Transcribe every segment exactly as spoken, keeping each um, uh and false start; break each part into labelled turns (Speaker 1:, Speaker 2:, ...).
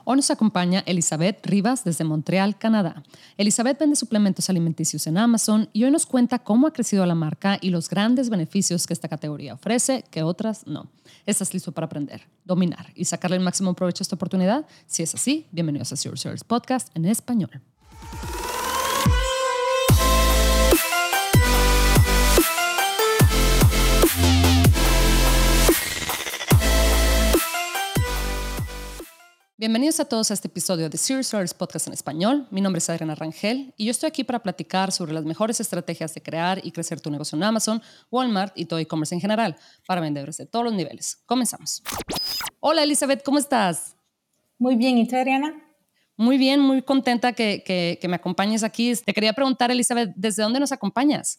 Speaker 1: Hoy nos acompaña Elizabeth Rivas desde Montreal, Canadá. Elizabeth vende suplementos alimenticios en Amazon y hoy nos cuenta cómo ha crecido la marca y los grandes beneficios que esta categoría ofrece que otras no. ¿Estás listo para aprender, dominar y sacarle el máximo provecho a esta oportunidad? Si es así, bienvenidos a Zero Service Podcast en español. Bienvenidos a todos a este episodio de Zero Service Podcast en español. Mi nombre es Adriana Rangel y yo estoy aquí para platicar sobre las mejores estrategias de crear y crecer tu negocio en Amazon, Walmart y todo e-commerce en general para vendedores de todos los niveles. Comenzamos. Hola Elizabeth, ¿cómo estás?
Speaker 2: Muy bien, ¿y tú, Adriana?
Speaker 1: Muy bien, muy contenta que, que, que me acompañes aquí. Te quería preguntar, Elizabeth, ¿desde dónde nos acompañas?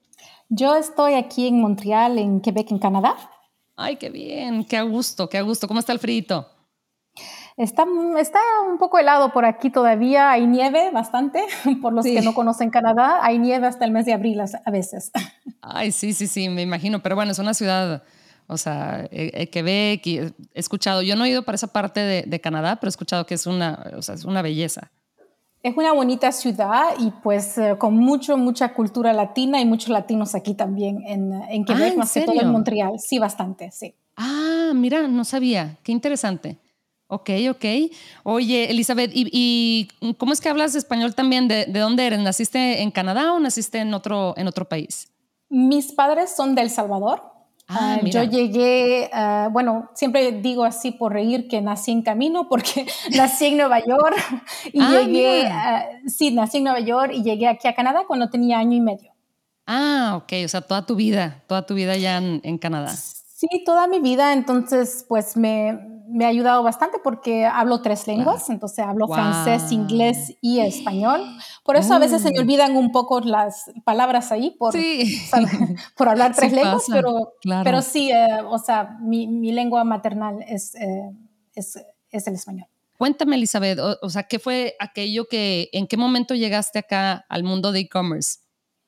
Speaker 2: Yo estoy aquí en Montreal, en Quebec, en Canadá.
Speaker 1: Ay, qué bien, qué a gusto, qué a gusto. ¿Cómo está el frío?
Speaker 2: Está, está un poco helado por aquí todavía, hay nieve bastante, por los sí. que no conocen Canadá, hay nieve hasta el mes de abril a veces.
Speaker 1: Ay, sí, sí, sí, me imagino, pero bueno, es una ciudad, o sea, eh, Quebec, y he escuchado, yo no he ido para esa parte de, de Canadá, pero he escuchado que es una, o sea, es una belleza.
Speaker 2: Es una bonita ciudad y pues eh, con mucho, mucha cultura latina y muchos latinos aquí también en, en Quebec,
Speaker 1: ah, ¿en
Speaker 2: más
Speaker 1: serio?
Speaker 2: que todo en Montreal, sí, bastante, sí.
Speaker 1: Ah, mira, no sabía, qué interesante. Ok, ok. Oye, Elizabeth, ¿y, y cómo es que hablas español también? ¿De, de dónde eres? ¿Naciste en Canadá o naciste en otro, en otro país?
Speaker 2: Mis padres son de El Salvador.
Speaker 1: Ah,
Speaker 2: uh,
Speaker 1: mira.
Speaker 2: Yo llegué, uh, bueno, siempre digo así por reír que nací en camino porque nací en Nueva York y
Speaker 1: ah,
Speaker 2: llegué, uh, sí, nací en Nueva York y llegué aquí a Canadá cuando tenía año y medio.
Speaker 1: Ah, ok, o sea, toda tu vida, toda tu vida ya en, en Canadá.
Speaker 2: Sí, toda mi vida, entonces pues me, me ha ayudado bastante porque hablo tres lenguas, claro. Entonces hablo wow. francés, inglés y español. Por eso uh. a veces se me olvidan un poco las palabras ahí por,
Speaker 1: sí.
Speaker 2: saber, por hablar tres
Speaker 1: sí
Speaker 2: lenguas,
Speaker 1: pasa.
Speaker 2: pero,
Speaker 1: claro.
Speaker 2: pero sí, eh, o sea, mi, mi lengua maternal es, eh, es, es el español.
Speaker 1: Cuéntame, Elizabeth, o, o sea, ¿qué fue aquello que, en qué momento llegaste acá al mundo de e-commerce?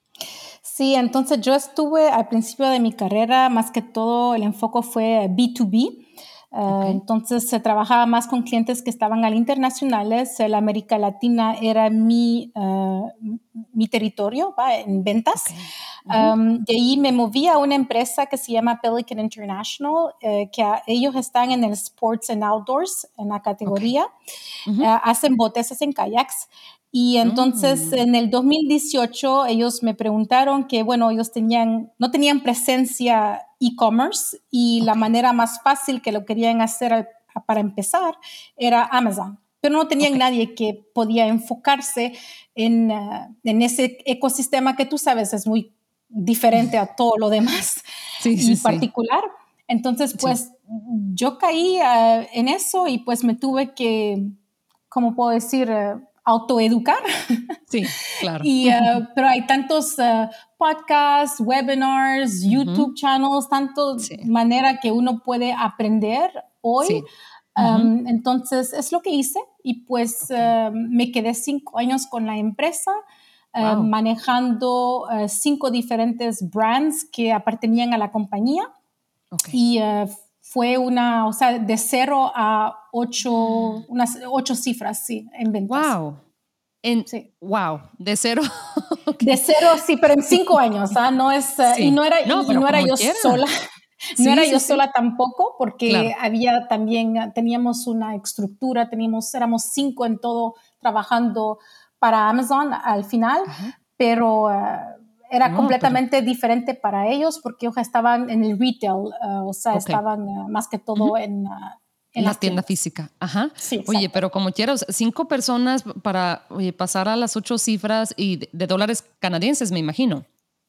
Speaker 2: Sí, entonces yo estuve al principio de mi carrera, más que todo el enfoque fue B dos B. Uh, okay. Entonces se trabajaba más con clientes que estaban al internacionales. La América Latina era mi, uh, mi territorio, ¿va? En ventas. Okay. Uh-huh. Um, de ahí me moví a una empresa que se llama Pelican International, eh, que a, ellos están en el Sports and Outdoors, en la categoría. Okay. Uh-huh. Uh, hacen botes en kayaks. Y entonces mm. en el dos mil dieciocho ellos me preguntaron que, bueno, ellos tenían, no tenían presencia e-commerce y okay. la manera más fácil que lo querían hacer al, para empezar era Amazon. Pero no tenían okay. nadie que podía enfocarse en, uh, en ese ecosistema que tú sabes es muy diferente a todo lo demás
Speaker 1: sí,
Speaker 2: y
Speaker 1: sí,
Speaker 2: particular. Sí. Entonces, pues sí. yo caí uh, en eso y pues me tuve que, ¿cómo puedo decir? Uh, autoeducar.
Speaker 1: Sí, claro.
Speaker 2: y, uh, pero hay tantos uh, podcasts, webinars, uh-huh. YouTube channels, tanto sí. manera que uno puede aprender hoy. Sí. Uh-huh. Um, entonces, es lo que hice y pues okay. uh, me quedé cinco años con la empresa uh, wow. manejando uh, cinco diferentes brands que apartenían a la compañía. Okay. Y uh, fue una, o sea, de cero a ocho, unas ocho cifras, sí, en ventas.
Speaker 1: ¡Wow! En, sí. ¡Wow! De cero.
Speaker 2: okay. De cero, sí, pero en cinco años, ¿ah? No es, uh, sí. y no era, no, y, y no era yo quiera. sola. No sí, era sí, yo sí. sola tampoco, porque claro. había también, teníamos una estructura, teníamos, éramos cinco en todo trabajando para Amazon al final, Ajá. pero... Uh, Era no, completamente pero... diferente para ellos porque ellos estaban en el retail, uh, o sea, okay. estaban uh, más que todo uh-huh. en, uh, en
Speaker 1: la tienda física. Ajá.
Speaker 2: Sí,
Speaker 1: oye, pero como quieras, cinco personas para oye, pasar a las ocho cifras y de, de dólares canadienses, me imagino.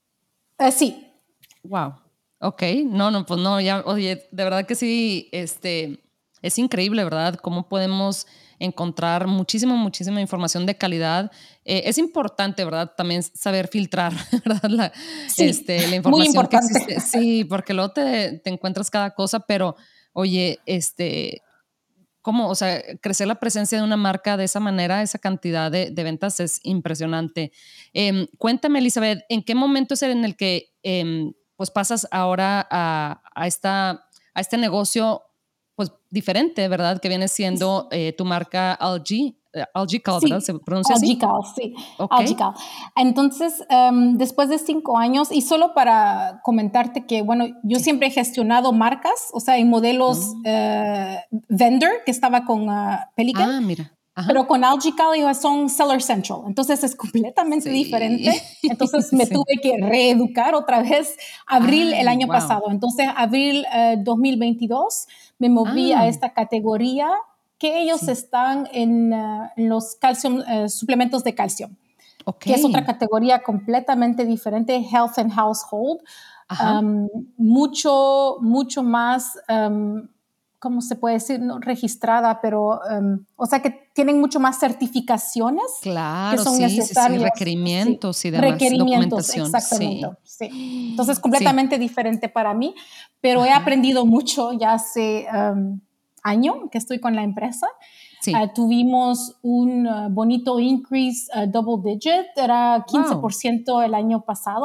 Speaker 2: Uh, sí.
Speaker 1: Wow. Ok. No, no, pues no, ya, oye, de verdad que sí, este, es increíble, ¿verdad? Cómo podemos encontrar muchísima, muchísima información de calidad. Eh, es importante, ¿verdad? También saber filtrar, ¿verdad? La,
Speaker 2: sí,
Speaker 1: este, la información
Speaker 2: muy importante.
Speaker 1: que existe. Sí, porque luego te, te encuentras cada cosa, pero, oye, este, ¿cómo? O sea, crecer la presencia de una marca de esa manera, esa cantidad de, de ventas es impresionante. Eh, cuéntame, Elizabeth, ¿en qué momento es en el que eh, pues pasas ahora a, a, esta, a este negocio pues diferente, ¿verdad? Que viene siendo eh, tu marca Algical, eh, Algical, ¿verdad?
Speaker 2: Sí,
Speaker 1: ¿Se pronuncia así?
Speaker 2: Algical, sí,
Speaker 1: Ok.
Speaker 2: Algical. Entonces, em, después de cinco años, y solo para comentarte que, bueno, yo
Speaker 1: Sí.
Speaker 2: siempre he gestionado marcas, o sea, en modelos
Speaker 1: Mm.
Speaker 2: eh, vendor, que estaba con uh, Pelican,
Speaker 1: Ah, mira. Ajá.
Speaker 2: pero con Algical ellos son Seller Central, entonces es completamente
Speaker 1: Sí.
Speaker 2: diferente. Entonces me
Speaker 1: Sí.
Speaker 2: tuve que reeducar otra vez abril el
Speaker 1: Ay,
Speaker 2: año
Speaker 1: wow.
Speaker 2: pasado. Entonces, abril eh, dos mil veintidós me moví a
Speaker 1: Ah,
Speaker 2: esta categoría que ellos
Speaker 1: sí.
Speaker 2: están en, uh, en los calcium, uh, suplementos de calcio,
Speaker 1: Ok.
Speaker 2: que es otra categoría completamente diferente, Health and Household,
Speaker 1: Ajá.
Speaker 2: um, mucho, mucho más, um, ¿cómo se puede decir? No registrada, pero, um, o sea, que tienen mucho más certificaciones que
Speaker 1: Claro,
Speaker 2: son
Speaker 1: sí, sí, sí.
Speaker 2: necesarias, sí,
Speaker 1: Requerimientos y demás.
Speaker 2: requerimientos,
Speaker 1: Documentación.
Speaker 2: exactamente,
Speaker 1: Sí.
Speaker 2: sí. Entonces,
Speaker 1: Sí.
Speaker 2: completamente diferente para mí, pero he
Speaker 1: Ajá.
Speaker 2: aprendido mucho ya hace um, año que estoy con la empresa.
Speaker 1: Sí.
Speaker 2: Uh, tuvimos un uh, bonito increase uh, double digit, era quince por
Speaker 1: Wow.
Speaker 2: ciento el año pasado.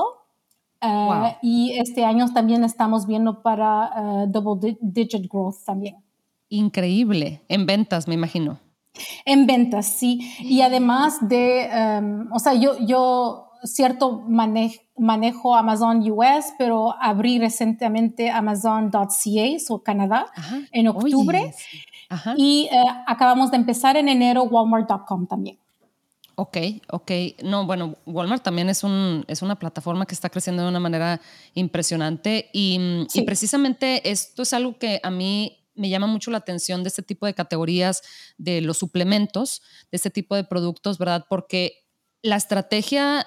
Speaker 2: Uh,
Speaker 1: Wow.
Speaker 2: y este año también estamos viendo para uh, double digit growth también.
Speaker 1: Increíble. En ventas, me imagino.
Speaker 2: En ventas, sí. Y además de, um, o sea, yo, yo cierto manejo, manejo Amazon U S, pero abrí recientemente Amazon punto C A, o Canadá,
Speaker 1: Ajá.
Speaker 2: en octubre.
Speaker 1: Oye, sí. Ajá.
Speaker 2: Y uh, acabamos de empezar en enero Walmart punto com también.
Speaker 1: Ok, ok. No, bueno, Walmart también es, un, es una plataforma que está creciendo de una manera impresionante y, y
Speaker 2: Sí.
Speaker 1: precisamente esto es algo que a mí me llama mucho la atención de este tipo de categorías de los suplementos, de este tipo de productos, ¿verdad? Porque la estrategia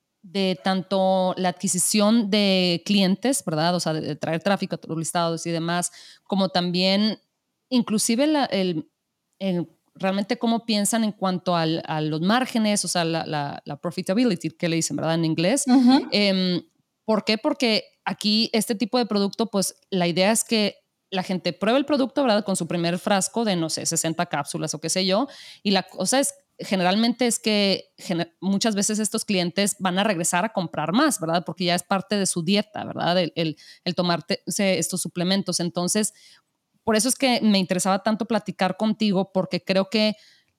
Speaker 1: de tanto la adquisición de clientes, ¿verdad? O sea, de, de traer tráfico a tus listados y demás, como también inclusive la, el, el realmente cómo piensan en cuanto al, a los márgenes, o sea, la, la, la profitability que le dicen, ¿verdad? En inglés.
Speaker 2: Uh-huh.
Speaker 1: Eh, ¿Por qué? Porque aquí este tipo de producto, pues la idea es que la gente pruebe el producto, ¿verdad? Con su primer frasco de, no sé, sesenta cápsulas o qué sé yo. Y la cosa es, generalmente es que gener- muchas veces estos clientes van a regresar a comprar más, ¿verdad? Porque ya es parte de su dieta, ¿verdad? El, el, el tomarte estos suplementos. Entonces, por eso es que me interesaba tanto platicar contigo, porque creo que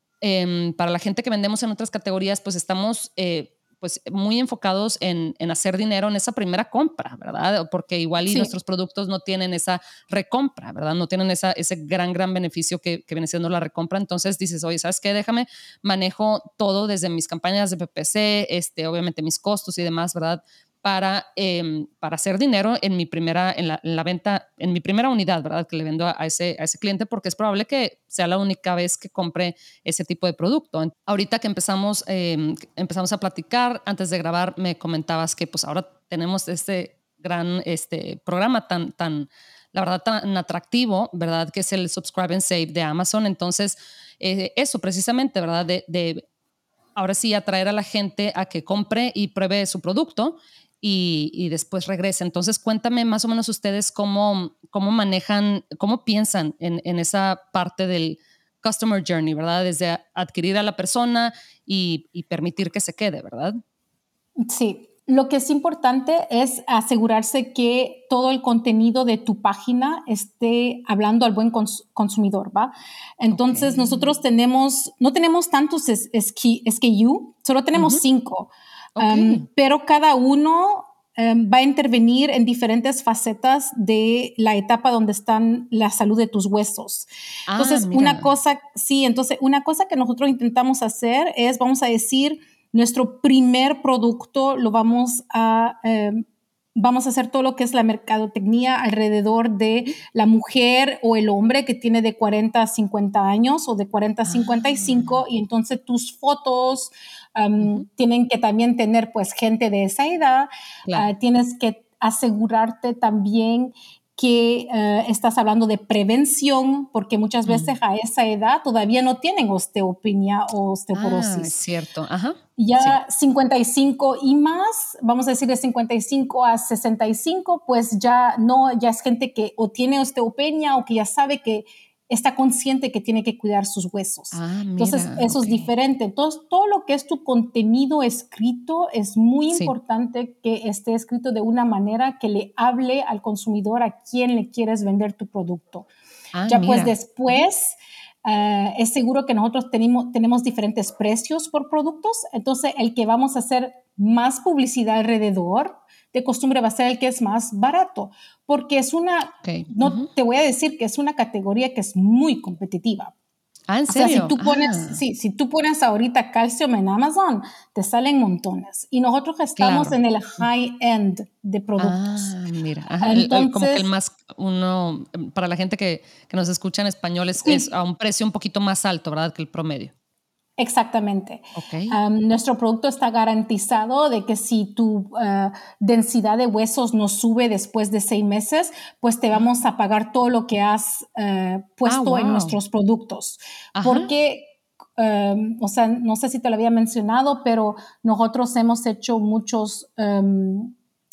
Speaker 1: eh, para la gente que vendemos en otras categorías, pues estamos eh, pues muy enfocados en, en hacer dinero en esa primera compra, ¿verdad? Porque igual y
Speaker 2: Sí.
Speaker 1: nuestros productos no tienen esa recompra, ¿verdad? No tienen esa, ese gran, gran beneficio que, que viene siendo la recompra. Entonces dices, oye, ¿sabes qué? Déjame, manejo todo desde mis campañas de P P C, este, obviamente mis costos y demás, ¿verdad? Para, eh, para hacer dinero en mi primera, en la, en la venta, en mi primera unidad, ¿verdad? Que le vendo a, a, ese, a ese cliente, porque es probable que sea la única vez que compre ese tipo de producto. Ahorita que empezamos, eh, empezamos a platicar, antes de grabar, me comentabas que pues ahora tenemos este gran este, programa tan, tan, la verdad, tan atractivo, ¿verdad? Que es el Subscribe and Save de Amazon. Entonces, eh, eso precisamente, ¿verdad? De, de ahora sí atraer a la gente a que compre y pruebe su producto y, y después regrese. Entonces, cuéntame más o menos ustedes cómo, cómo manejan, cómo piensan en, en esa parte del customer journey, ¿verdad? Desde adquirir a la persona y, y permitir que se quede, ¿verdad?
Speaker 2: Sí, lo que es importante es asegurarse que todo el contenido de tu página esté hablando al buen cons consumidor, ¿va?
Speaker 1: Ok.
Speaker 2: Entonces, nosotros tenemos, no tenemos tantos S K U, solo tenemos
Speaker 1: Uh-huh.
Speaker 2: cinco,
Speaker 1: Ok.
Speaker 2: um, pero cada uno um, va a intervenir en diferentes facetas de la etapa donde están la salud de tus huesos.
Speaker 1: Ah,
Speaker 2: Entonces, una
Speaker 1: mira.
Speaker 2: cosa, sí, entonces, una cosa que nosotros intentamos hacer es, vamos a decir, nuestro primer producto lo vamos a, eh, vamos a hacer todo lo que es la mercadotecnia alrededor de la mujer o el hombre que tiene de cuarenta a cincuenta años o de cuarenta a cincuenta y cinco,
Speaker 1: Ah.
Speaker 2: y entonces tus fotos um,
Speaker 1: Uh-huh.
Speaker 2: tienen que también tener pues gente de esa edad.
Speaker 1: Claro.
Speaker 2: Uh, tienes que asegurarte también que uh, estás hablando de prevención, porque muchas veces
Speaker 1: Mm.
Speaker 2: a esa edad todavía no tienen osteopenia o
Speaker 1: Ah, es
Speaker 2: osteoporosis.
Speaker 1: cierto. Ajá. Sí.
Speaker 2: Ya cincuenta y cinco y más, vamos a decir de cincuenta y cinco a sesenta y cinco, pues ya no, ya es gente que o tiene osteopenia o que ya sabe que está consciente que tiene que cuidar sus huesos.
Speaker 1: Ah,
Speaker 2: Entonces,
Speaker 1: mira.
Speaker 2: eso
Speaker 1: Ok.
Speaker 2: es diferente. Entonces, todo lo que es tu contenido escrito es muy
Speaker 1: Sí.
Speaker 2: importante que esté escrito de una manera que le hable al consumidor a quien le quieres vender tu producto.
Speaker 1: Ah,
Speaker 2: Ya pues
Speaker 1: mira.
Speaker 2: después uh, es seguro que nosotros tenemos, tenemos diferentes precios por productos, entonces el que vamos a hacer más publicidad alrededor de costumbre va a ser el que es más barato, porque es una,
Speaker 1: Ok.
Speaker 2: no
Speaker 1: Ujú.
Speaker 2: te voy a decir que es una categoría que es muy competitiva.
Speaker 1: Ah, ¿en
Speaker 2: O sea, si
Speaker 1: serio?
Speaker 2: tú pones,
Speaker 1: Ah,
Speaker 2: sí, si tú pones ahorita calcio en Amazon, te salen montones. Y nosotros estamos
Speaker 1: claro.
Speaker 2: en el high end de productos.
Speaker 1: Ah, mira, ajá, el- el- como que el
Speaker 2: Entonces,
Speaker 1: más, uno, em, para la gente que, que nos escucha en español es, es a
Speaker 2: sí,
Speaker 1: un precio un poquito más alto, ¿verdad? Que el promedio.
Speaker 2: exactamente.
Speaker 1: Ok.
Speaker 2: Um, nuestro producto está garantizado de que si tu uh, densidad de huesos no sube después de seis meses, pues te
Speaker 1: Ah,
Speaker 2: vamos a pagar todo lo que has uh,
Speaker 1: ah,
Speaker 2: puesto en
Speaker 1: wow.
Speaker 2: nuestros productos.
Speaker 1: Ajá.
Speaker 2: Porque, um, o sea, no sé si te lo había mencionado, pero nosotros hemos hecho muchos, um,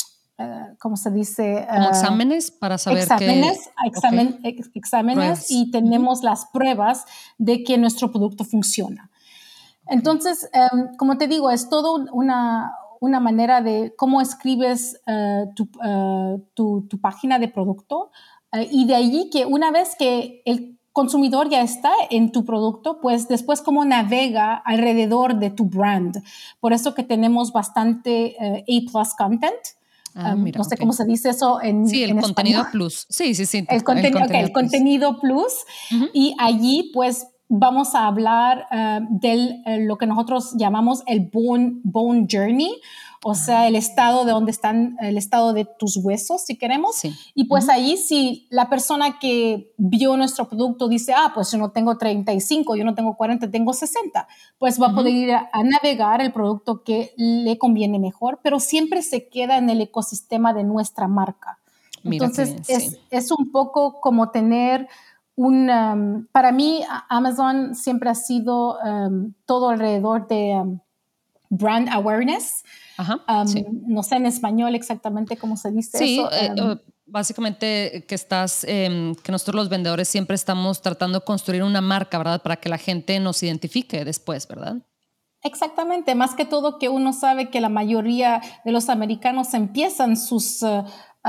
Speaker 2: uh, ¿cómo se dice?
Speaker 1: Como
Speaker 2: Uh,
Speaker 1: exámenes para saber
Speaker 2: exámenes,
Speaker 1: que, ok,
Speaker 2: examen, ex- exámenes
Speaker 1: pruebas.
Speaker 2: y
Speaker 1: Ujú.
Speaker 2: tenemos las pruebas de que nuestro producto funciona.
Speaker 1: Ok.
Speaker 2: Entonces, um, como te digo, es todo una, una manera de cómo escribes uh, tu, uh, tu, tu, página de producto uh, y de allí que una vez que el consumidor ya está en tu producto, pues después cómo navega alrededor de tu brand. Por eso que tenemos bastante uh, A-plus content.
Speaker 1: Ah,
Speaker 2: Um,
Speaker 1: mira,
Speaker 2: no sé
Speaker 1: ok.
Speaker 2: cómo se dice eso en,
Speaker 1: Sí, el
Speaker 2: en español.
Speaker 1: contenido plus. Sí, sí, sí,
Speaker 2: El,
Speaker 1: el
Speaker 2: conten okay,
Speaker 1: contenido
Speaker 2: el
Speaker 1: plus.
Speaker 2: contenido plus
Speaker 1: Ujú.
Speaker 2: y allí pues vamos a hablar uh, de uh, lo que nosotros llamamos el bone, bone journey, o sea, el
Speaker 1: Ah,
Speaker 2: estado de donde están, el estado de tus huesos, si queremos.
Speaker 1: sí.
Speaker 2: Y pues
Speaker 1: Ujú.
Speaker 2: ahí si la persona que vio nuestro producto dice, ah, pues yo no tengo treinta y cinco, yo no tengo cuarenta, tengo sesenta, pues va a poder
Speaker 1: Ujú.
Speaker 2: ir a, a navegar el producto que le conviene mejor, pero siempre se queda en el ecosistema de nuestra marca.
Speaker 1: Mira qué
Speaker 2: Entonces,
Speaker 1: bien, sí.
Speaker 2: es, es un poco como tener un, um, para mí, Amazon siempre ha sido um, todo alrededor de um, brand awareness.
Speaker 1: Ajá,
Speaker 2: Um,
Speaker 1: sí.
Speaker 2: no sé en español exactamente cómo se dice
Speaker 1: Sí,
Speaker 2: eso.
Speaker 1: eh,
Speaker 2: Um,
Speaker 1: eh, básicamente que estás, em, que nosotros los vendedores siempre estamos tratando de construir una marca, ¿verdad? Para que la gente nos identifique después, ¿verdad?
Speaker 2: exactamente, más que todo que uno sabe que la mayoría de los americanos empiezan sus, uh,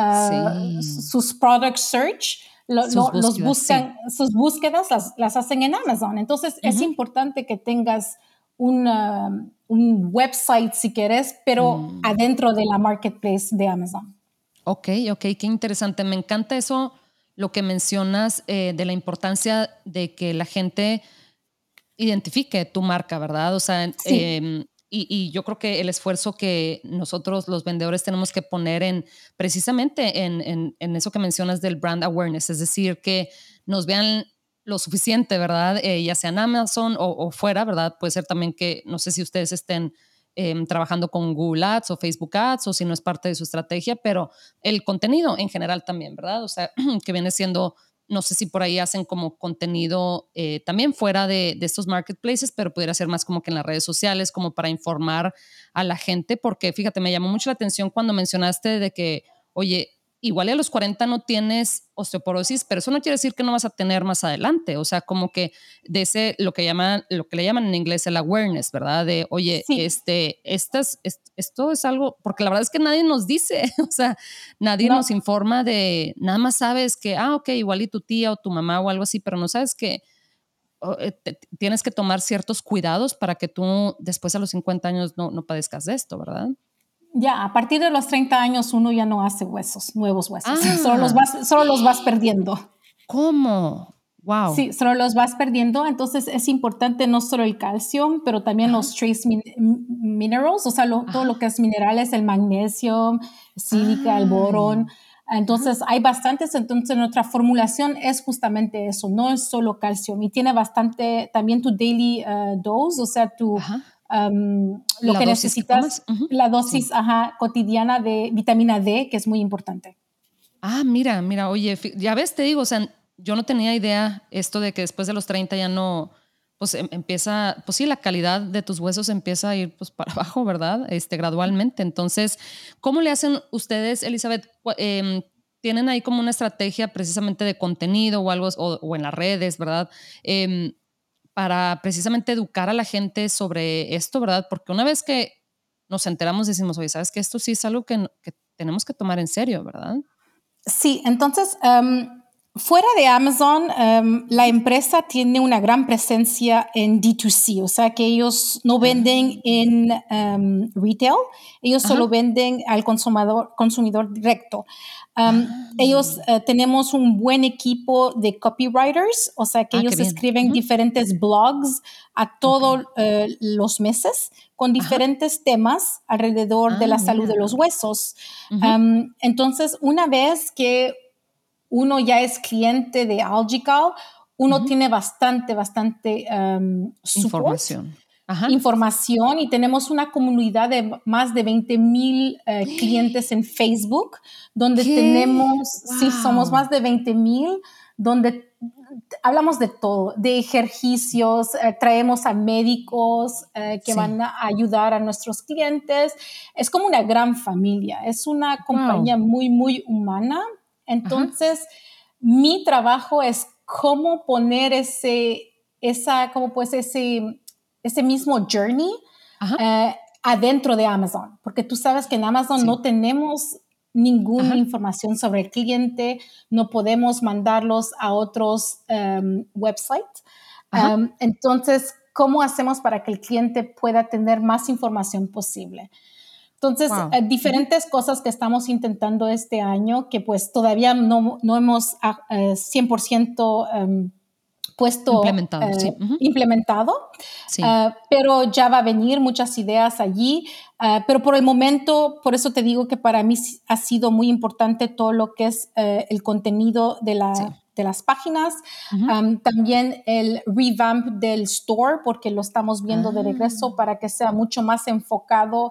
Speaker 2: uh,
Speaker 1: Sí,
Speaker 2: sus product search, lo,
Speaker 1: sus
Speaker 2: lo, los
Speaker 1: búsquedas, sí.
Speaker 2: buscan, sus búsquedas las, las, hacen en Amazon. Entonces es
Speaker 1: Ujú.
Speaker 2: importante que tengas una, un website si quieres, pero
Speaker 1: Mm.
Speaker 2: adentro de la marketplace de Amazon.
Speaker 1: Ok, ok, qué interesante. Me encanta eso, lo que mencionas eh, de la importancia de que la gente identifique tu marca, ¿verdad? O sea,
Speaker 2: Sí,
Speaker 1: eh, y, y, yo creo que el esfuerzo que nosotros los vendedores tenemos que poner en precisamente en, en, en eso que mencionas del brand awareness, es decir, que nos vean lo suficiente, ¿verdad? Eh, ya sea en Amazon o, o, fuera, ¿verdad? Puede ser también que, no sé si ustedes estén eh, trabajando con Google Ads o Facebook Ads o si no es parte de su estrategia, pero el contenido en general también, ¿verdad? O sea, que viene siendo no sé si por ahí hacen como contenido eh, también fuera de, de, estos marketplaces, pero pudiera ser más como que en las redes sociales, como para informar a la gente, porque fíjate, me llamó mucho la atención cuando mencionaste de que, oye, igual a los cuarenta no tienes osteoporosis, pero eso no quiere decir que no vas a tener más adelante. O sea, como que de ese, lo que llaman, lo que le llaman en inglés el awareness, ¿verdad? De, oye,
Speaker 2: sí,
Speaker 1: este, estas, es, esto es algo, porque la verdad es que nadie nos dice, o sea, nadie nos
Speaker 2: no.
Speaker 1: informa de, nada más sabes que, ah, ok, igual y tu tía o tu mamá o algo así, pero no sabes que oh, eh, te, tienes que tomar ciertos cuidados para que tú después a los cincuenta años no, no padezcas de esto, ¿verdad?
Speaker 2: Ya, a partir de los treinta años uno ya no hace huesos, nuevos huesos, solo los
Speaker 1: Ah,
Speaker 2: vas, solo los vas perdiendo.
Speaker 1: ¿cómo? Wow.
Speaker 2: Sí, solo los vas perdiendo, entonces es importante no solo el calcio, pero también
Speaker 1: Ajá,
Speaker 2: los trace min minerals, o sea, lo, todo lo
Speaker 1: ajá.
Speaker 2: que es minerales, el magnesio, sílica, el
Speaker 1: Ay,
Speaker 2: borón.
Speaker 1: ajá.
Speaker 2: Entonces, hay bastantes, entonces nuestra formulación es justamente eso, no es solo calcio, y tiene bastante también tu daily uh, dose, o sea, tu,
Speaker 1: Ajá.
Speaker 2: um, lo
Speaker 1: La
Speaker 2: que
Speaker 1: dosis que
Speaker 2: necesitas,
Speaker 1: tomas. Ujú.
Speaker 2: la
Speaker 1: Sí.
Speaker 2: dosis ajá, cotidiana de vitamina D, que es muy importante.
Speaker 1: Ah, mira, mira, oye, fi- ya ves, te digo, o sea, yo no tenía idea esto de que después de los treinta ya no, pues em- empieza, pues sí, la calidad de tus huesos empieza a ir pues para abajo, ¿verdad? Este, gradualmente. Entonces, ¿cómo le hacen ustedes, Elizabeth? Cu- em, ¿Tienen ahí como una estrategia precisamente de contenido o algo, o, o en las redes, ¿verdad? Em, para precisamente educar a la gente sobre esto, ¿verdad? Porque una vez que nos enteramos, decimos, oye, ¿sabes que esto sí es algo que, que tenemos que tomar en serio, ¿verdad?
Speaker 2: Sí, entonces, um, Fuera de Amazon, um, la empresa tiene una gran presencia en D dos C, o sea que ellos no venden en um, retail, ellos
Speaker 1: Ajá.
Speaker 2: solo venden al consumidor, consumidor directo. Um,
Speaker 1: Ah,
Speaker 2: ellos uh, tenemos un buen equipo de copywriters, o sea que
Speaker 1: ah, qué
Speaker 2: ellos
Speaker 1: bien.
Speaker 2: escriben
Speaker 1: Ujú.
Speaker 2: diferentes blogs a
Speaker 1: Ok.
Speaker 2: todos uh, los meses con
Speaker 1: Ajá.
Speaker 2: diferentes temas alrededor de
Speaker 1: Ah,
Speaker 2: la salud de
Speaker 1: mira.
Speaker 2: los huesos.
Speaker 1: Ujú.
Speaker 2: Um, entonces, una vez que uno ya es cliente de Algical, uno
Speaker 1: Ujú.
Speaker 2: tiene bastante, bastante um, support,
Speaker 1: Información. Ajá.
Speaker 2: información, y tenemos una comunidad de más de veinte mil uh, clientes en Facebook, donde
Speaker 1: ¿Qué?
Speaker 2: tenemos, sí, somos
Speaker 1: Wow.
Speaker 2: más de veinte mil, donde hablamos de todo, de ejercicios, eh, traemos a médicos eh, que
Speaker 1: Sí.
Speaker 2: van a ayudar a nuestros clientes. Es como una gran familia, es una
Speaker 1: Wow.
Speaker 2: compañía muy, muy humana.
Speaker 1: Ajá.
Speaker 2: Entonces, mi trabajo es cómo poner ese, esa, cómo pues ese, ese mismo journey
Speaker 1: Ajá.
Speaker 2: eh, adentro de Amazon, porque tú sabes que en Amazon
Speaker 1: Sí.
Speaker 2: no tenemos ninguna
Speaker 1: Ajá.
Speaker 2: información sobre el cliente, no podemos mandarlos a otros um, websites.
Speaker 1: Ajá.
Speaker 2: Um, entonces, ¿cómo hacemos para que el cliente pueda tener más información posible? Entonces,
Speaker 1: Wow.
Speaker 2: eh, diferentes cosas que estamos intentando este año que pues todavía no, no hemos uh, cien por ciento um, puesto,
Speaker 1: Implementado.
Speaker 2: eh,
Speaker 1: Sí. Ujú.
Speaker 2: implementado,
Speaker 1: Sí.
Speaker 2: uh, pero ya va a venir muchas ideas allí. Uh, pero por el momento, por eso te digo que para mí ha sido muy importante todo lo que es uh, el contenido de,
Speaker 1: Sí.
Speaker 2: la, de las páginas,
Speaker 1: Ujú.
Speaker 2: um, también el revamp del store, porque lo estamos viendo de regreso
Speaker 1: Ah.
Speaker 2: para que sea mucho más enfocado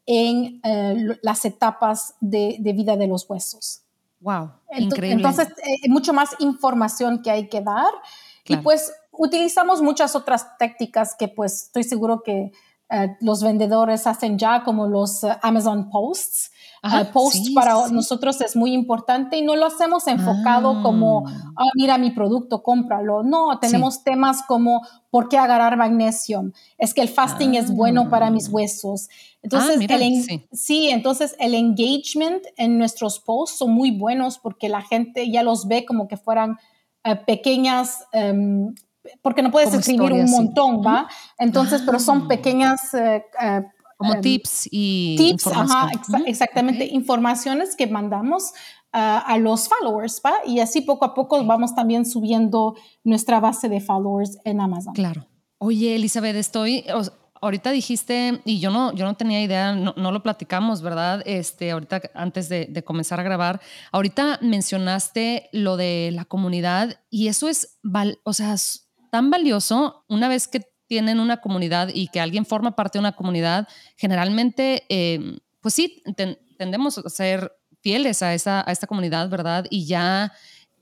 Speaker 2: en uh, las etapas de, de vida de los huesos.
Speaker 1: Wow.
Speaker 2: Entonces,
Speaker 1: Increíble.
Speaker 2: eh, mucho más información que hay que dar. Y
Speaker 1: Claro.
Speaker 2: pues utilizamos muchas otras técnicas que pues estoy seguro que uh, los vendedores hacen ya, como los uh, Amazon Posts.
Speaker 1: Ajá.
Speaker 2: Uh, post
Speaker 1: Sí, sí,
Speaker 2: para
Speaker 1: sí.
Speaker 2: nosotros es muy importante y no lo hacemos enfocado como,
Speaker 1: Ah.
Speaker 2: ah, mira mi producto, cómpralo. No,
Speaker 1: Sí.
Speaker 2: tenemos temas como ¿por qué agarrar magnesio? Es que el fasting es bueno para mis
Speaker 1: Ah.
Speaker 2: huesos.
Speaker 1: Ah,
Speaker 2: Entonces, el
Speaker 1: mira.
Speaker 2: en,
Speaker 1: Sí.
Speaker 2: sí, entonces el engagement en nuestros posts son muy buenos porque la gente ya los ve como que fueran uh, pequeñas, um, porque no puedes
Speaker 1: Como
Speaker 2: escribir
Speaker 1: historia,
Speaker 2: un
Speaker 1: sí.
Speaker 2: montón,
Speaker 1: Ujú.
Speaker 2: ¿va? Entonces, pero son
Speaker 1: Ah.
Speaker 2: pequeñas uh, uh,
Speaker 1: Como
Speaker 2: um,
Speaker 1: tips y
Speaker 2: tips, ajá,
Speaker 1: información.
Speaker 2: exa
Speaker 1: Ujú.
Speaker 2: exactamente,
Speaker 1: Okey.
Speaker 2: informaciones que mandamos uh, a los followers, ¿va? Y así poco a poco
Speaker 1: Okey.
Speaker 2: vamos también subiendo nuestra base de followers en Amazon.
Speaker 1: Claro. Oye, Elizabeth, estoy, o s ahorita dijiste, y yo no yo no tenía idea, no no lo platicamos, ¿verdad? Este, ahorita antes de de comenzar a grabar, ahorita mencionaste lo de la comunidad y eso es val o sea, es tan valioso una vez que tienen una comunidad y que alguien forma parte de una comunidad, generalmente, em, pues sí, ten tendemos a ser fieles a esa a esta comunidad, ¿verdad? Y ya,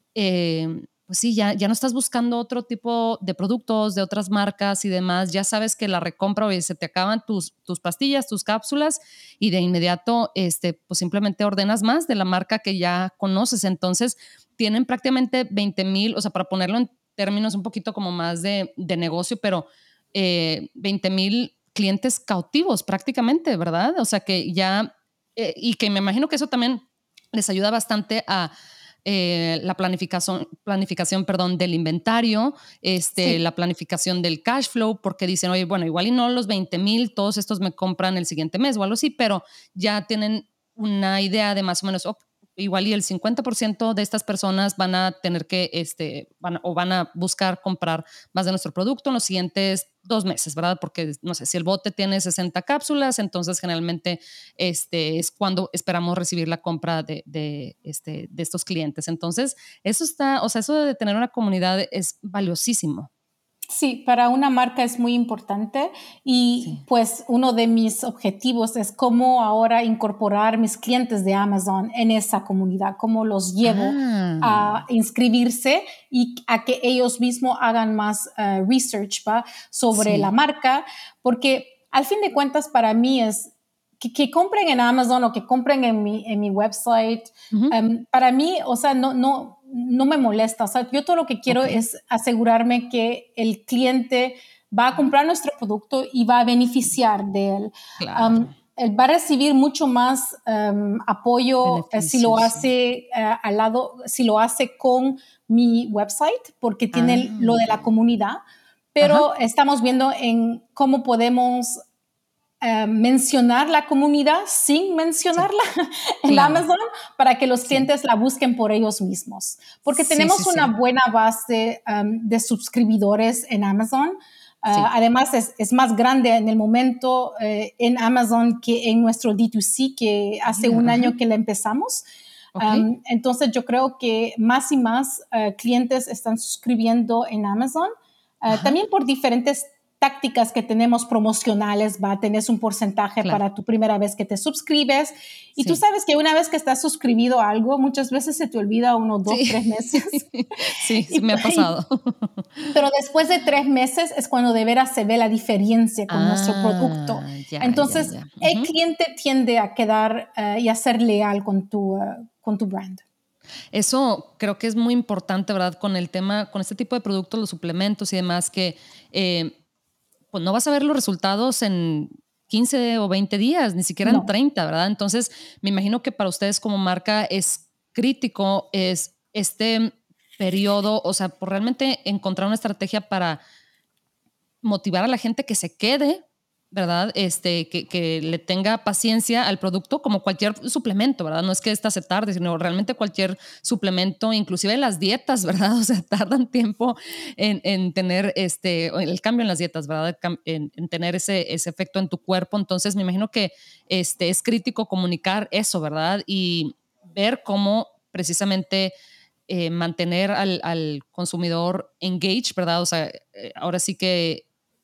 Speaker 1: eh, pues sí, ya ya no estás buscando otro tipo de productos, de otras marcas y demás. Ya sabes que la recompra, oye, se te acaban tus tus pastillas, tus cápsulas, y de inmediato, este, pues simplemente ordenas más de la marca que ya conoces. Entonces, tienen prácticamente veinte mil, o sea, para ponerlo en términos un poquito como más de de negocio, pero, eh, veinte mil clientes cautivos prácticamente, ¿verdad? O sea, que ya, eh, y que me imagino que eso también les ayuda bastante a eh, la planificación, planificación perdón, del inventario, este,
Speaker 2: Sí.
Speaker 1: la planificación del cash flow, porque dicen, oye, bueno, igual y no los veinte mil, todos estos me compran el siguiente mes o algo así, pero ya tienen una idea de más o menos, oh, igual y el cincuenta por ciento de estas personas van a tener que, este, van, o van a buscar comprar más de nuestro producto en los siguientes dos meses, ¿verdad? Porque, no sé, si el bote tiene sesenta cápsulas, entonces generalmente este, es cuando esperamos recibir la compra de, de, este, de estos clientes. Entonces, eso está, o sea, eso de tener una comunidad es valiosísimo.
Speaker 2: Sí, para una marca es muy importante y
Speaker 1: Sí.
Speaker 2: pues uno de mis objetivos es cómo ahora incorporar mis clientes de Amazon en esa comunidad, cómo los llevo a
Speaker 1: Ah,
Speaker 2: inscribirse y a que ellos mismos hagan más uh, research, ¿va? Sobre la
Speaker 1: sí.
Speaker 2: marca, porque al fin de cuentas para mí es que, que compren en Amazon o que compren en mi, en mi website.
Speaker 1: Ujú.
Speaker 2: Um, para mí, o sea, no, no, no me molesta. O sea, yo todo lo que quiero
Speaker 1: Ok.
Speaker 2: es asegurarme que el cliente va a
Speaker 1: Ujú.
Speaker 2: comprar nuestro producto y va a beneficiar de él.
Speaker 1: Claro.
Speaker 2: Um, él va a recibir mucho más um, apoyo eh, si lo
Speaker 1: Beneficios, sí.
Speaker 2: hace uh, al lado, si lo hace con mi website porque tiene
Speaker 1: Ah,
Speaker 2: lo de la comunidad, pero
Speaker 1: ajá,
Speaker 2: estamos viendo en cómo podemos eh, mencionar la comunidad sin
Speaker 1: sí,
Speaker 2: mencionarla en
Speaker 1: claro,
Speaker 2: Amazon para que los
Speaker 1: sí,
Speaker 2: clientes la busquen por ellos mismos. Porque
Speaker 1: sí, sí,
Speaker 2: tenemos una
Speaker 1: sí,
Speaker 2: buena base um, de suscriptores en Amazon. Uh,
Speaker 1: sí,
Speaker 2: además, es, es, más grande en el momento uh, en Amazon que en nuestro D dos C, que hace
Speaker 1: mira,
Speaker 2: un
Speaker 1: ajá,
Speaker 2: año que le empezamos.
Speaker 1: ok,
Speaker 2: Um, entonces, yo creo que más y más uh, clientes están suscribiendo en Amazon, uh,
Speaker 1: ajá,
Speaker 2: también por diferentes tácticas que tenemos promocionales, va, tenés un porcentaje
Speaker 1: claro,
Speaker 2: para tu primera vez que te suscribes. Y tú
Speaker 1: sí,
Speaker 2: sabes que una vez que estás suscribido a algo, muchas veces se te olvida unos dos,
Speaker 1: sí,
Speaker 2: tres meses.
Speaker 1: sí, sí
Speaker 2: y,
Speaker 1: me ha
Speaker 2: y,
Speaker 1: pasado.
Speaker 2: pero después de tres meses es cuando de veras se ve la diferencia con nuestro producto.
Speaker 1: Ah, ya, ya,
Speaker 2: Entonces,
Speaker 1: ya.
Speaker 2: el
Speaker 1: Ujú.
Speaker 2: cliente tiende a quedar uh, y a ser leal con tu, uh, con tu brand.
Speaker 1: Eso creo que es muy importante, ¿verdad? Con el tema, con este tipo de productos, los suplementos y demás, que eh, pues no vas a ver los resultados en quince o veinte días, ni siquiera en
Speaker 2: No.
Speaker 1: treinta, ¿verdad? Entonces, me imagino que para ustedes como marca es crítico es este periodo, o sea, por realmente encontrar una estrategia para motivar a la gente que se quede, ¿verdad? Este, que, que le tenga paciencia al producto como cualquier suplemento, ¿verdad? No es que esta se tarde, sino realmente cualquier suplemento, inclusive las dietas, ¿verdad? O sea, tardan tiempo en, en tener este, el cambio en las dietas, ¿verdad? En, en tener ese, ese efecto en tu cuerpo. Entonces, me imagino que este, es crítico comunicar eso, ¿verdad? Y ver cómo precisamente eh, mantener al, al, consumidor engaged, ¿verdad? O sea, eh, ahora sí que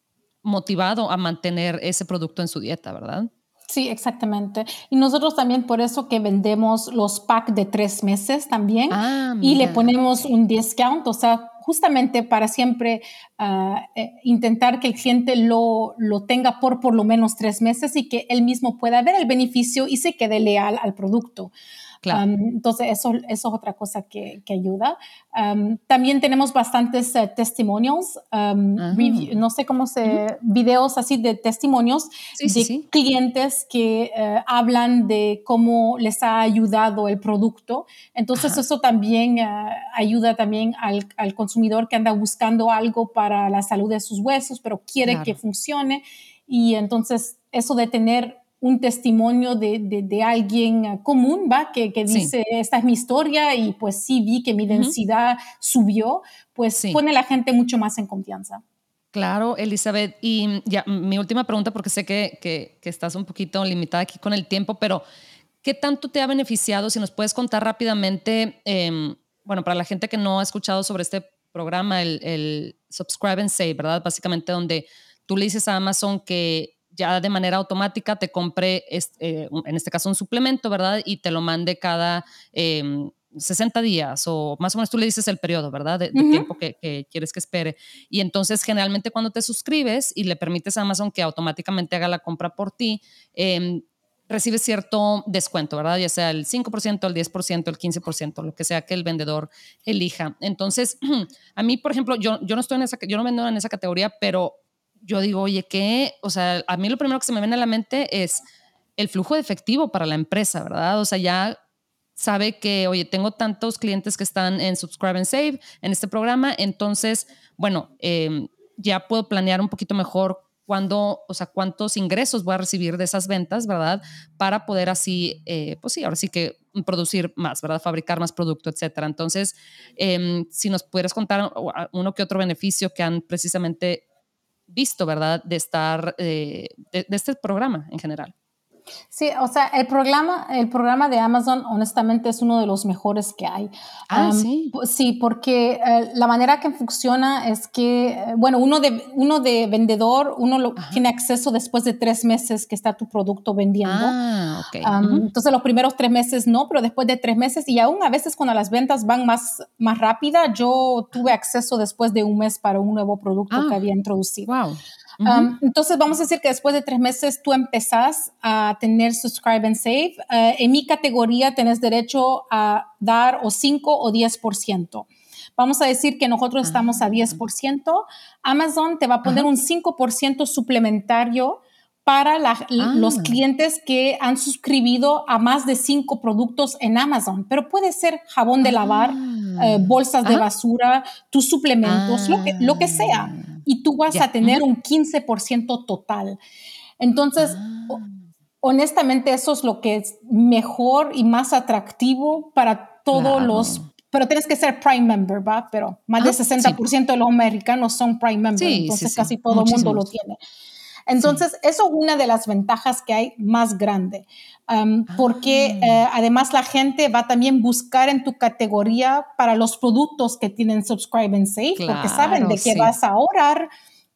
Speaker 1: motivado a mantener ese producto en su dieta, ¿verdad?
Speaker 2: Sí, exactamente. Y nosotros también por eso que vendemos los packs de tres meses también
Speaker 1: Ah,
Speaker 2: y le
Speaker 1: mira,
Speaker 2: ponemos
Speaker 1: ok.
Speaker 2: un discount, o sea, justamente para siempre uh, eh, intentar que el cliente lo, lo tenga por por lo menos tres meses y que él mismo pueda ver el beneficio y se quede leal al producto.
Speaker 1: Claro.
Speaker 2: Um, entonces, eso, eso es otra cosa que, que ayuda. Um, también tenemos bastantes uh, testimonials, um, review,
Speaker 1: Ah,
Speaker 2: no sé cómo
Speaker 1: ujú.
Speaker 2: se, videos así de testimonios
Speaker 1: Sí, sí,
Speaker 2: de
Speaker 1: sí.
Speaker 2: clientes que uh, hablan de cómo les ha ayudado el producto. Entonces,
Speaker 1: Ajá,
Speaker 2: eso también uh, ayuda también al, al consumidor que anda buscando algo para la salud de sus huesos, pero quiere que
Speaker 1: claro.
Speaker 2: funcione. Y entonces, eso de tener un testimonio de, de, de alguien uh, común, ¿va? Que, que
Speaker 1: Sí.
Speaker 2: dice, esta es mi historia y pues sí vi que mi
Speaker 1: Ujú.
Speaker 2: densidad subió, pues
Speaker 1: Sí.
Speaker 2: pone a la gente mucho más en confianza.
Speaker 1: Claro, Elizabeth. Y ya, mi última pregunta, porque sé que, que, que estás un poquito limitada aquí con el tiempo, pero ¿qué tanto te ha beneficiado? Si nos puedes contar rápidamente, eh, bueno, para la gente que no ha escuchado sobre este programa, el, el Subscribe and Save, ¿verdad? Básicamente donde tú le dices a Amazon que ya de manera automática te compre, este, eh, en este caso, un suplemento, ¿verdad? Y te lo mande cada eh, sesenta días o más o menos tú le dices el periodo, ¿verdad? De, de
Speaker 2: Uh -huh.
Speaker 1: tiempo que, que quieres que espere. Y entonces, generalmente cuando te suscribes y le permites a Amazon que automáticamente haga la compra por ti, eh, recibes cierto descuento, ¿verdad? Ya sea el cinco por ciento, el diez por ciento, el quince por ciento, lo que sea que el vendedor elija. Entonces, a mí, por ejemplo, yo, yo no estoy en esa, yo no vendo en esa categoría, pero yo digo, oye, ¿qué? O sea, a mí lo primero que se me viene a la mente es el flujo de efectivo para la empresa, ¿verdad? O sea, ya sabe que, oye, tengo tantos clientes que están en Subscribe and Save en este programa, entonces, bueno, eh, ya puedo planear un poquito mejor cuándo, o sea, cuántos ingresos voy a recibir de esas ventas, ¿verdad? Para poder así, eh, pues sí, ahora sí que producir más, ¿verdad? Fabricar más producto, etcétera. Entonces, eh, si nos pudieras contar uno que otro beneficio que han precisamente visto, ¿verdad? De estar, eh, de, de este programa en general.
Speaker 2: Sí, o sea, el programa, el programa de Amazon, honestamente, es uno de los mejores que hay.
Speaker 1: Ah,
Speaker 2: Um,
Speaker 1: sí.
Speaker 2: sí, porque uh, la manera que funciona es que, uh, bueno, uno de, uno de vendedor, uno lo,
Speaker 1: Ajá.
Speaker 2: tiene acceso después de tres meses que está tu producto vendiendo.
Speaker 1: Ah, ok.
Speaker 2: Um,
Speaker 1: Uh-huh.
Speaker 2: entonces, los primeros tres meses no, pero después de tres meses, y aún a veces cuando las ventas van más, más rápida, yo tuve acceso después de un mes para un nuevo producto que
Speaker 1: Ah,
Speaker 2: había introducido.
Speaker 1: wow. Uh-huh.
Speaker 2: Um, entonces, vamos a decir que después de tres meses tú empezás a tener Subscribe and Save. Uh, en mi categoría tenés derecho a dar o cinco o diez por ciento. Vamos a decir que nosotros estamos a diez
Speaker 1: Ah,
Speaker 2: por ciento. Amazon te va a poner
Speaker 1: ajá.
Speaker 2: un cinco por ciento suplementario para la, los
Speaker 1: Ah,
Speaker 2: clientes que han suscribido a más de cinco productos en Amazon, pero puede ser jabón de
Speaker 1: ah,
Speaker 2: lavar, eh, bolsas de
Speaker 1: Ajá.
Speaker 2: basura, tus suplementos, lo que, lo que sea.
Speaker 1: Ah,
Speaker 2: Y tú vas
Speaker 1: ya.
Speaker 2: a tener
Speaker 1: Ujú.
Speaker 2: un quince por ciento total. Entonces, o-
Speaker 1: Ah,
Speaker 2: honestamente, eso es lo que es mejor y más atractivo para todos
Speaker 1: claro.
Speaker 2: los, pero tienes que ser Prime Member, ¿va? Pero más del
Speaker 1: Ajá,
Speaker 2: sesenta
Speaker 1: sí.
Speaker 2: por ciento de los americanos son Prime Member,
Speaker 1: Sí, sí,
Speaker 2: entonces casi
Speaker 1: sí.
Speaker 2: todo el mundo lo
Speaker 1: Muchísimos.
Speaker 2: tiene.
Speaker 1: Sí.
Speaker 2: Entonces, eso es una de las ventajas que hay más grande, um, porque
Speaker 1: Ah,
Speaker 2: eh, además la gente va también buscar en tu categoría para los productos que tienen Subscribe and Save, porque saben
Speaker 1: claro,
Speaker 2: de qué
Speaker 1: sí.
Speaker 2: vas a ahorrar.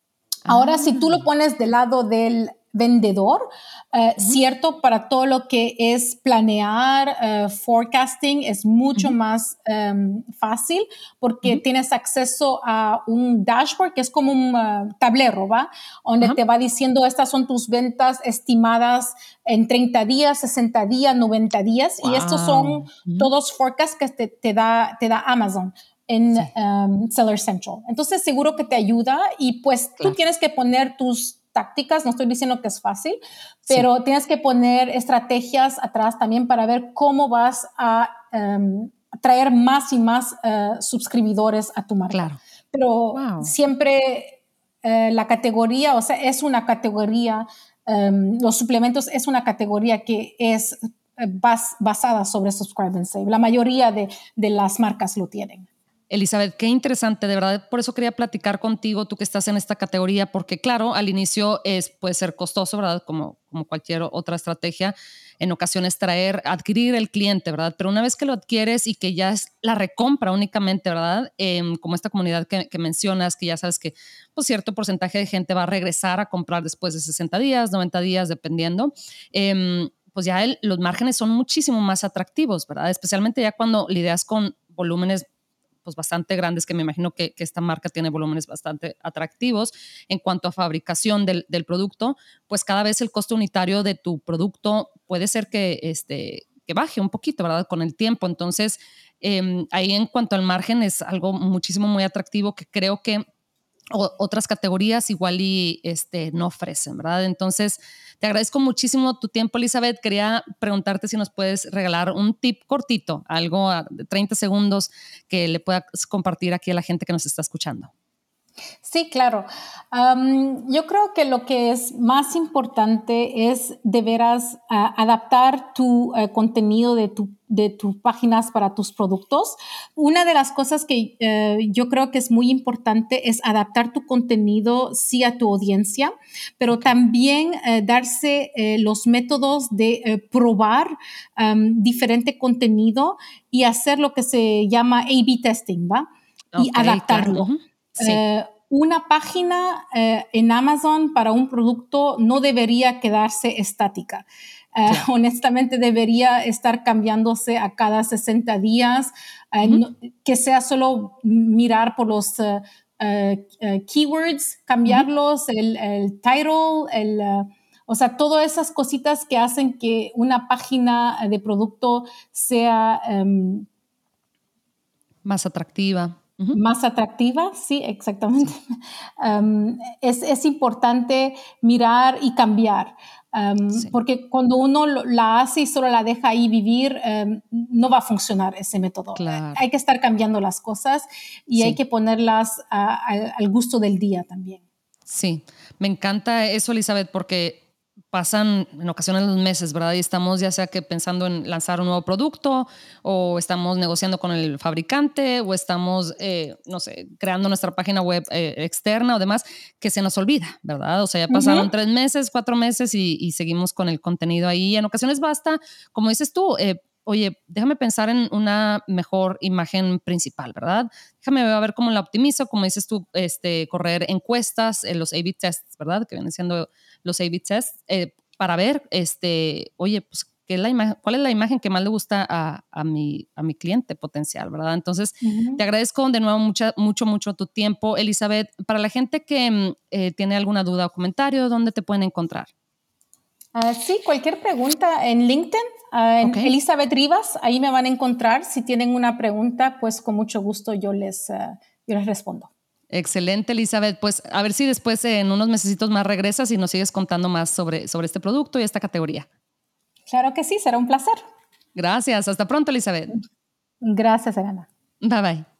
Speaker 2: Ahora, si tú lo
Speaker 1: Ah,
Speaker 2: pones del lado del vendedor, eh,
Speaker 1: ujú,
Speaker 2: cierto, para todo lo que es planear, eh, forecasting, es mucho
Speaker 1: ujú,
Speaker 2: más em, fácil porque
Speaker 1: ujú.
Speaker 2: tienes acceso a un dashboard que es como un uh, tablero, ¿va? Donde
Speaker 1: Ajá.
Speaker 2: te va diciendo estas son tus ventas estimadas en treinta días, sesenta días, noventa días, y estos son
Speaker 1: Guau. Ujú.
Speaker 2: todos forecasts que te, te da, te da Amazon en
Speaker 1: Sí,
Speaker 2: um, Seller Central. Entonces, seguro que te ayuda y pues tú
Speaker 1: claro.
Speaker 2: tienes que poner tus tácticas, no estoy diciendo que es fácil,
Speaker 1: Sí,
Speaker 2: pero tienes que poner estrategias atrás también para ver cómo vas a um, traer más y más uh, suscriptores a tu marca.
Speaker 1: claro.
Speaker 2: Pero
Speaker 1: Wow.
Speaker 2: siempre uh, la categoría, o sea, es una categoría, um, los suplementos es una categoría que es bas basada sobre Subscribe and Save. La mayoría de, de las marcas lo tienen.
Speaker 1: Elizabeth, qué interesante, de verdad, por eso quería platicar contigo, tú que estás en esta categoría, porque claro, al inicio es, puede ser costoso, ¿verdad? Como, como cualquier otra estrategia, en ocasiones traer, adquirir el cliente, ¿verdad? Pero una vez que lo adquieres y que ya es la recompra únicamente, ¿verdad? Eh, como esta comunidad que, que mencionas, que ya sabes que pues, cierto porcentaje de gente va a regresar a comprar después de sesenta días, noventa días, dependiendo. Eh, pues ya el, los márgenes son muchísimo más atractivos, ¿verdad? Especialmente ya cuando lidias con volúmenes pues bastante grandes, que me imagino que, que, esta marca tiene volúmenes bastante atractivos en cuanto a fabricación del, del, producto, pues cada vez el costo unitario de tu producto puede ser que, este, que baje un poquito, ¿verdad? Con el tiempo. Entonces, eh, ahí en cuanto al margen es algo muchísimo muy atractivo que creo que o, otras categorías igual y este, no ofrecen, ¿verdad? Entonces, te agradezco muchísimo tu tiempo, Elizabeth. Quería preguntarte si nos puedes regalar un tip cortito, algo de treinta segundos que le puedas compartir aquí a la gente que nos está escuchando.
Speaker 2: Sí, claro. Um, yo creo que lo que es más importante es de veras uh, adaptar tu uh, contenido de tus de tu páginas para tus productos. Una de las cosas que uh, yo creo que es muy importante es adaptar tu contenido sí a tu audiencia, pero
Speaker 1: Okay.
Speaker 2: también uh, darse uh, los métodos de uh, probar um, diferente contenido y hacer lo que se llama A B testing, ¿va? Y
Speaker 1: Ok, claro.
Speaker 2: adaptarlo.
Speaker 1: Uh-huh. Sí,
Speaker 2: Eh, una página eh, en Amazon para un producto no debería quedarse estática. Eh,
Speaker 1: claro.
Speaker 2: honestamente debería estar cambiándose a cada sesenta días, eh,
Speaker 1: Uh-huh.
Speaker 2: no, que sea solo mirar por los uh, uh, keywords,
Speaker 1: Uh-huh.
Speaker 2: cambiarlos, el, el title, el, uh, o sea, todas esas cositas que hacen que una página de producto sea um,
Speaker 1: Más atractiva. Uh-huh.
Speaker 2: más atractiva, sí, exactamente.
Speaker 1: Sí,
Speaker 2: Um, es, es, importante mirar y cambiar, um,
Speaker 1: sí,
Speaker 2: porque cuando uno lo, la hace y solo la deja ahí vivir, um, no va a funcionar ese método.
Speaker 1: claro.
Speaker 2: Hay que estar cambiando las cosas y hay
Speaker 1: Sí.
Speaker 2: que ponerlas a, a, al gusto del día también.
Speaker 1: Sí, me encanta eso, Elizabeth, porque pasan en ocasiones los meses, ¿verdad? Y estamos ya sea que pensando en lanzar un nuevo producto o estamos negociando con el fabricante o estamos, eh, no sé, creando nuestra página web eh, externa o demás, que se nos olvida, ¿verdad? O sea, ya
Speaker 2: Uh -huh.
Speaker 1: pasaron tres meses, cuatro meses y, y seguimos con el contenido ahí. En ocasiones basta, como dices tú, eh, oye, déjame pensar en una mejor imagen principal, ¿verdad? Déjame ver cómo la optimizo, como dices tú, este, correr encuestas, eh, los A B tests, ¿verdad? Que vienen siendo los A B tests, eh, para ver, este, oye, pues, ¿qué es la imagen, ¿cuál es la imagen que más le gusta a, a, mi, a mi cliente potencial, ¿verdad? Entonces,
Speaker 2: Uh -huh.
Speaker 1: te agradezco de nuevo mucha, mucho, mucho tu tiempo, Elizabeth. Para la gente que eh, tiene alguna duda o comentario, ¿dónde te pueden encontrar?
Speaker 2: Uh, sí, cualquier pregunta en LinkedIn, uh, en
Speaker 1: Okay.
Speaker 2: Elizabeth Rivas, ahí me van a encontrar. Si tienen una pregunta, pues con mucho gusto yo les, uh, yo les respondo.
Speaker 1: Excelente, Elizabeth. Pues a ver si después en unos mesecitos más regresas y nos sigues contando más sobre, sobre este producto y esta categoría.
Speaker 2: Claro que sí, será un placer.
Speaker 1: Gracias. Hasta pronto, Elizabeth.
Speaker 2: Gracias, Elena.
Speaker 1: Bye bye.